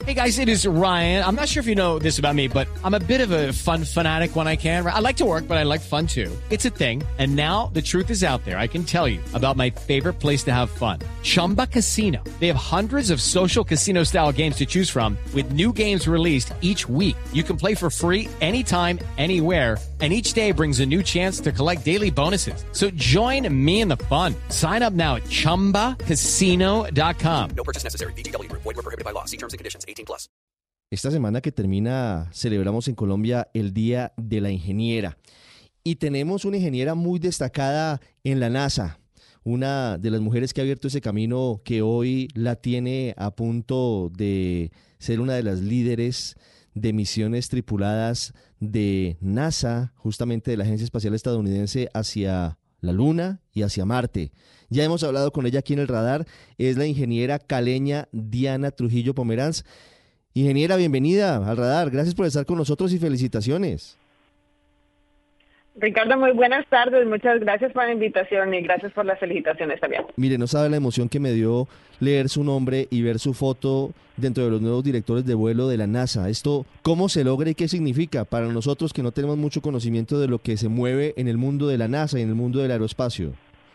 Hey guys, it is Ryan. I'm not sure if you know this about me, but I'm a bit of a fun fanatic when I can. I like to work, but I like fun too. It's a thing. And now the truth is out there. I can tell you about my favorite place to have fun. Chumba Casino. They have hundreds of social casino style games to choose from with new games released each week. You can play for free anytime, anywhere. And each day brings a new chance to collect daily bonuses. So join me in the fun. Sign up now at ChumbaCasino.com. No purchase necessary. VGW Group. Void where prohibited by law. See terms and conditions. 18+. Esta semana que termina, celebramos en Colombia el Día de la Ingeniera. Y tenemos una ingeniera muy destacada en la NASA. Una de las mujeres que ha abierto ese camino que hoy la tiene a punto de ser una de las líderes de misiones tripuladas de NASA, justamente de la Agencia Espacial Estadounidense, hacia la Luna y hacia Marte. Ya hemos hablado con ella aquí en el radar. Es la ingeniera caleña Diana Trujillo Pomeranz. Ingeniera, bienvenida al radar. Gracias por estar con nosotros y felicitaciones. Ricardo, muy buenas tardes. Muchas gracias por la invitación y gracias por las felicitaciones también. Mire, no sabe la emoción que me dio leer su nombre y ver su foto dentro de los nuevos directores de vuelo de la NASA. Esto, ¿cómo se logra y qué significa para nosotros que no tenemos mucho conocimiento de lo que se mueve en el mundo de la NASA y en el mundo del aeroespacio?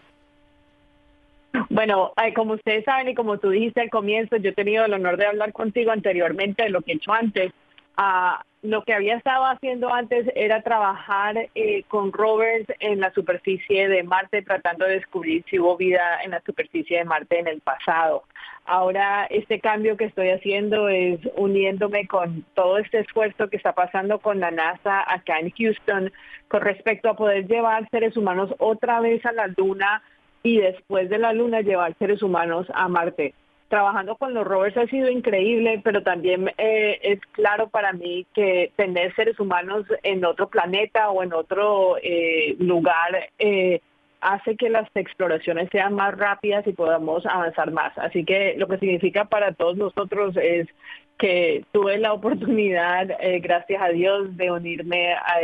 Bueno, como ustedes saben y como tú dijiste al comienzo, yo he tenido el honor de hablar contigo anteriormente de lo que he hecho antes. Lo que había estado haciendo antes era trabajar con rovers en la superficie de Marte, tratando de descubrir si hubo vida en la superficie de Marte en el pasado. Ahora, este cambio que estoy haciendo es uniéndome con todo este esfuerzo que está pasando con la NASA acá en Houston con respecto a poder llevar seres humanos otra vez a la Luna y después de la Luna llevar seres humanos a Marte. Trabajando con los rovers ha sido increíble, pero también es claro para mí que tener seres humanos en otro planeta o en otro lugar hace que las exploraciones sean más rápidas y podamos avanzar más. Así que lo que significa para todos nosotros es que tuve la oportunidad, gracias a Dios, de unirme a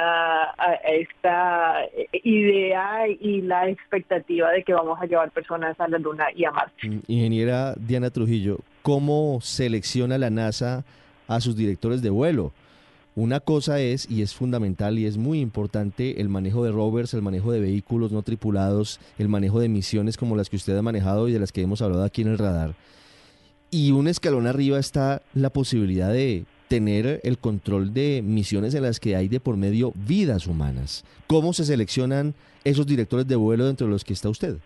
esta idea y la expectativa de que vamos a llevar personas a la Luna y a Marte. Ingeniera Diana Trujillo, ¿cómo selecciona la NASA a sus directores de vuelo? Una cosa es, y es fundamental y es muy importante, el manejo de rovers, el manejo de vehículos no tripulados, el manejo de misiones como las que usted ha manejado y de las que hemos hablado aquí en el radar. Y un escalón arriba está la posibilidad de tener el control de misiones en las que hay de por medio vidas humanas. ¿Cómo se seleccionan esos directores de vuelo dentro de los que está usted?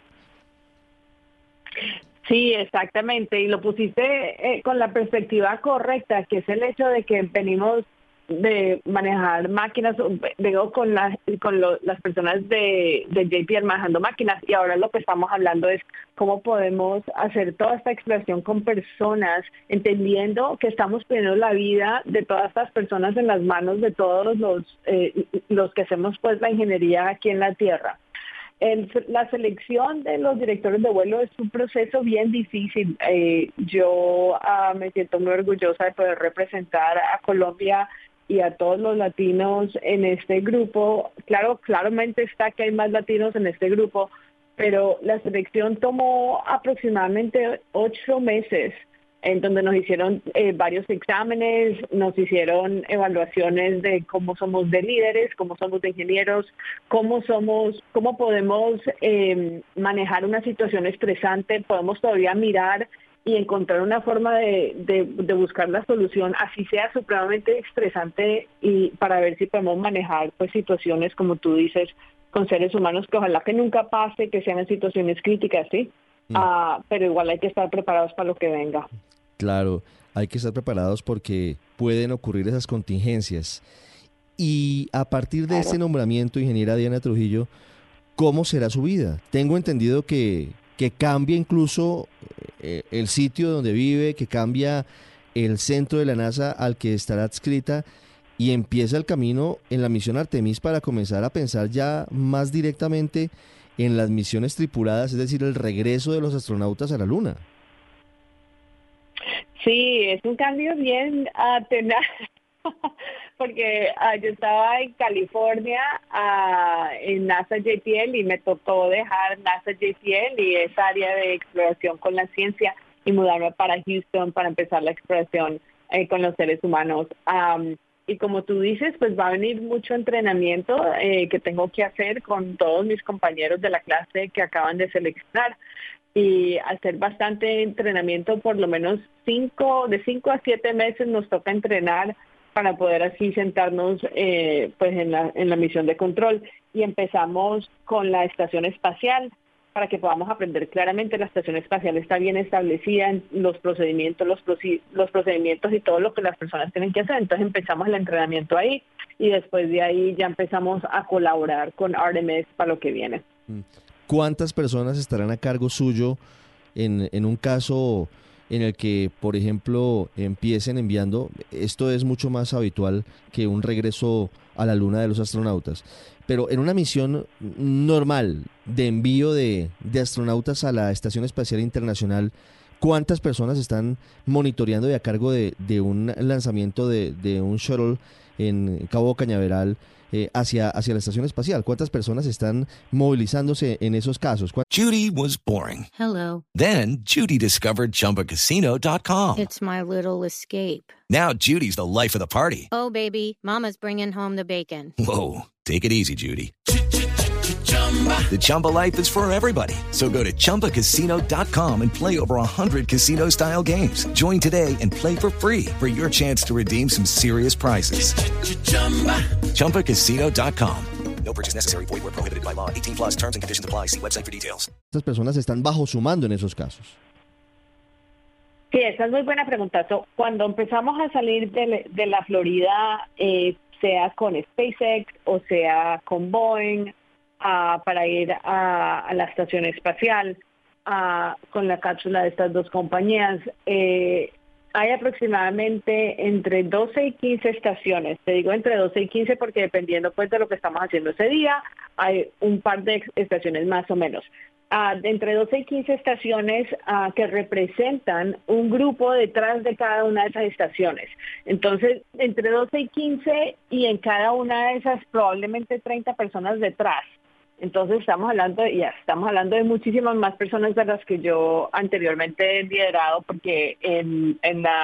Sí, exactamente. Y lo pusiste con la perspectiva correcta, que es el hecho de que venimos de manejar máquinas, vengo con las personas de JPL manejando máquinas, y ahora lo que estamos hablando es cómo podemos hacer toda esta exploración con personas, entendiendo que estamos poniendo la vida de todas estas personas en las manos de todos los que hacemos pues la ingeniería aquí en la Tierra. La selección de los directores de vuelo es un proceso bien difícil. Yo me siento muy orgullosa de poder representar a Colombia y a todos los latinos en este grupo. Claramente está que hay más latinos en este grupo, pero la selección tomó aproximadamente 8 meses, en donde nos hicieron varios exámenes, nos hicieron evaluaciones de cómo somos de líderes, cómo somos de ingenieros, cómo podemos manejar una situación estresante, podemos todavía mirar y encontrar una forma de buscar la solución, así sea supremamente estresante, y para ver si podemos manejar pues situaciones, como tú dices, con seres humanos que ojalá que nunca pase, que sean en situaciones críticas, ¿sí? Pero igual hay que estar preparados para lo que venga. Claro, hay que estar preparados porque pueden ocurrir esas contingencias. Y a partir de este nombramiento, ingeniera Diana Trujillo, ¿cómo será su vida? Tengo entendido que cambia incluso el sitio donde vive, que cambia el centro de la NASA al que estará adscrita, y empieza el camino en la misión Artemis para comenzar a pensar ya más directamente en las misiones tripuladas, es decir, el regreso de los astronautas a la Luna. Sí, es un cambio bien tenaz, porque yo estaba en California en NASA JPL y me tocó dejar NASA JPL y esa área de exploración con la ciencia y mudarme para Houston para empezar la exploración con los seres humanos. Y como tú dices, pues va a venir mucho entrenamiento que tengo que hacer con todos mis compañeros de la clase que acaban de seleccionar. Y hacer bastante entrenamiento, por lo menos de 5 a 7 meses nos toca entrenar para poder así sentarnos pues en la misión de control. Y empezamos con la estación espacial para que podamos aprender claramente. La estación espacial está bien establecida en los procedimientos, los procedimientos y todo lo que las personas tienen que hacer. Entonces empezamos el entrenamiento ahí y después de ahí ya empezamos a colaborar con Artemis para lo que viene. ¿Cuántas personas estarán a cargo suyo en un caso en el que, por ejemplo, empiecen enviando? Esto es mucho más habitual que un regreso a la luna de los astronautas. Pero en una misión normal de envío de astronautas a la Estación Espacial Internacional, ¿cuántas personas están monitoreando y a cargo de un lanzamiento de un shuttle en Cabo Cañaveral hacia la estación espacial? ¿Cuántas personas están movilizándose en esos casos? Judy was boring. Hello. Then Judy discovered ChumbaCasino.com. It's my little escape. Now Judy's the life of the party. Oh, baby, mama's bringing home the bacon. Whoa, take it easy, Judy. The Chumba life is for everybody. So go to ChumbaCasino.com and play over 100 casino-style games. Join today and play for free for your chance to redeem some serious prizes. ChumbaCasino.com. No purchase necessary. Void where prohibited by law. 18 plus terms and conditions apply. See website for details. ¿Cuántas personas están bajo su mando en esos casos? Sí, esa es muy buena pregunta. Cuando empezamos a salir de la Florida, sea con SpaceX o sea con Boeing, para ir a la estación espacial, con la cápsula de estas dos compañías, hay aproximadamente entre 12 y 15 estaciones. Te digo entre 12 y 15 porque dependiendo pues de lo que estamos haciendo ese día, hay un par de estaciones más o menos. Entre 12 y 15 estaciones que representan un grupo detrás de cada una de esas estaciones. Entonces, entre 12 y 15 y en cada una de esas probablemente 30 personas detrás. Entonces estamos hablando de muchísimas más personas de las que yo anteriormente he liderado, porque en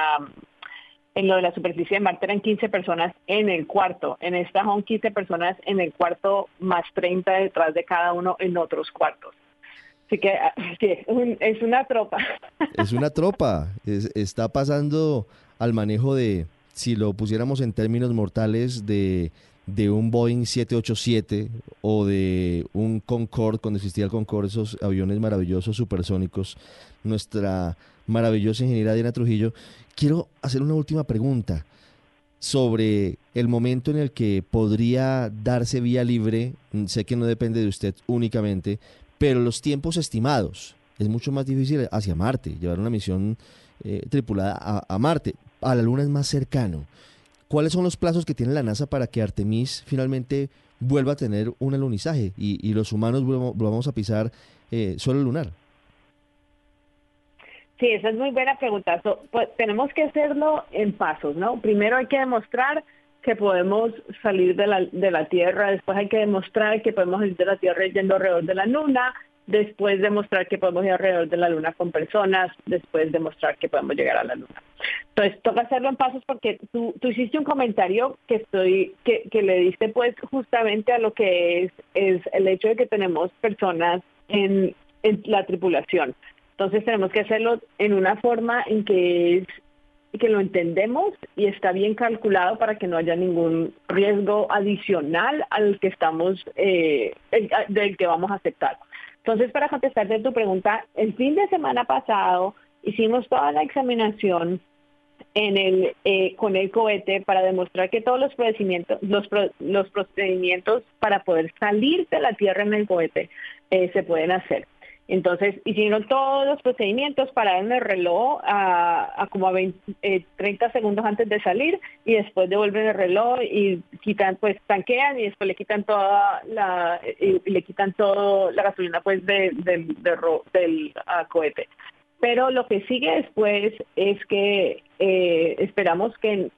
lo de la superficie de Marte eran 15 personas en el cuarto. En esta son 15 personas en el cuarto más 30 detrás de cada uno en otros cuartos. Así que sí, es una tropa. Es una tropa. Está pasando al manejo de, si lo pusiéramos en términos mortales, de un Boeing 787 o de un Concorde, cuando existía el Concorde, esos aviones maravillosos supersónicos. Nuestra maravillosa ingeniera Diana Trujillo. Quiero hacer una última pregunta sobre el momento en el que podría darse vía libre. Sé que no depende de usted únicamente, pero los tiempos estimados. Es mucho más difícil hacia Marte, llevar una misión tripulada a Marte. A la Luna es más cercano. ¿Cuáles son los plazos que tiene la NASA para que Artemis finalmente vuelva a tener un alunizaje y los humanos volvamos a pisar suelo lunar? Sí, esa es muy buena pregunta. Pues, tenemos que hacerlo en pasos, ¿no? Primero hay que demostrar que podemos salir de la Tierra, después hay que demostrar que podemos salir de la Tierra yendo alrededor de la Luna, después demostrar que podemos ir alrededor de la Luna con personas, después demostrar que podemos llegar a la Luna. Entonces, toca hacerlo en pasos porque tú hiciste un comentario que le diste pues justamente a lo que es el hecho de que tenemos personas en la tripulación. Entonces, tenemos que hacerlo en una forma en que lo entendemos y está bien calculado para que no haya ningún riesgo adicional al que del que vamos a aceptar. Entonces, para contestarte tu pregunta, el fin de semana pasado hicimos toda la examinación con el cohete para demostrar que todos los procedimientos para poder salir de la Tierra en el cohete se pueden hacer. Entonces, hicieron todos los procedimientos, pararon el reloj a como 30 segundos antes de salir y después devuelven el reloj y tanquean y después le quitan toda la gasolina pues del cohete. Pero lo que sigue después es que esperamos que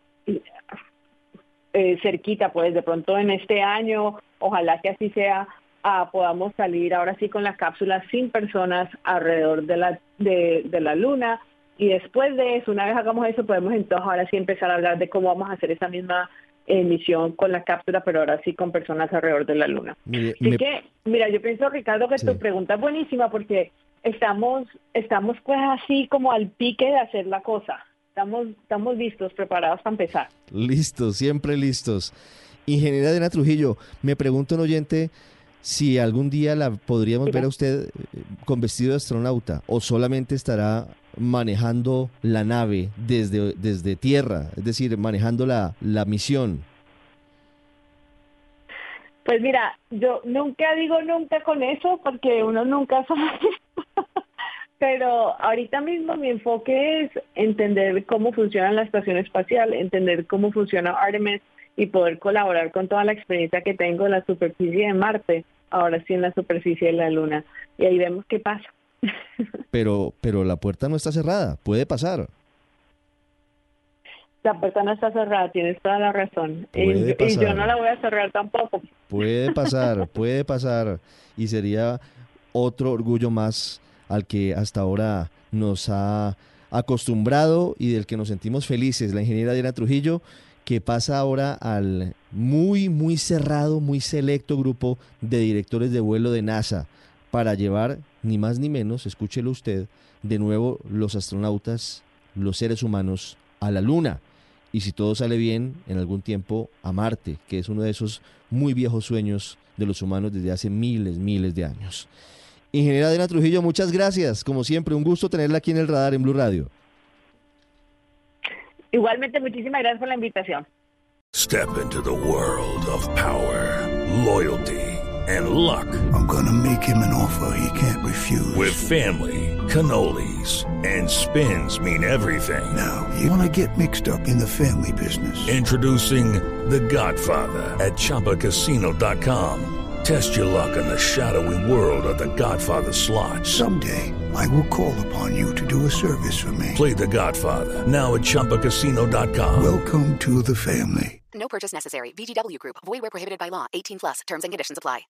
cerquita, pues de pronto en este año, ojalá que así sea, podamos salir ahora sí con la cápsula sin personas alrededor de la Luna Y después de eso, una vez hagamos eso, podemos entonces ahora sí empezar a hablar de cómo vamos a hacer esa misma misión con la cápsula, pero ahora sí con personas alrededor de la Luna. Así que, mira, yo pienso, Ricardo, que tu pregunta es buenísima porque estamos pues así como al pique de hacer la cosa. Estamos listos, preparados para empezar. Listos, siempre listos. Ingeniera Diana Trujillo, me pregunta un oyente si algún día la podríamos ver a usted con vestido de astronauta o solamente estará manejando la nave desde tierra, es decir, manejando la misión. Pues mira, yo nunca digo nunca con eso porque uno nunca sabe. Pero ahorita mismo mi enfoque es entender cómo funciona la estación espacial, entender cómo funciona Artemis y poder colaborar con toda la experiencia que tengo en la superficie de Marte, ahora sí en la superficie de la Luna. Y ahí vemos qué pasa. Pero la puerta no está cerrada, puede pasar. La puerta no está cerrada, tienes toda la razón. Y yo no la voy a cerrar tampoco. Puede pasar. Y sería otro orgullo más al que hasta ahora nos ha acostumbrado y del que nos sentimos felices. La ingeniera Diana Trujillo, que pasa ahora al muy, muy cerrado, muy selecto grupo de directores de vuelo de NASA para llevar, ni más ni menos, escúchelo usted, de nuevo los astronautas, los seres humanos, a la Luna. Y si todo sale bien, en algún tiempo a Marte, que es uno de esos muy viejos sueños de los humanos desde hace miles de años. Ingeniera Diana Trujillo, muchas gracias. Como siempre, un gusto tenerla aquí en el radar en Blue Radio. Igualmente, muchísimas gracias por la invitación. Step into the world of power, loyalty, and luck. I'm gonna make him an offer he can't refuse. With family, cannolis, and spins mean everything. Now, you wanna get mixed up in the family business. Introducing The Godfather at ChumbaCasino.com. Test your luck in the shadowy world of The Godfather slot. Someday, I will call upon you to do a service for me. Play The Godfather, now at ChumbaCasino.com. Welcome to the family. No purchase necessary. VGW Group. Void where prohibited by law. 18+. Terms and conditions apply.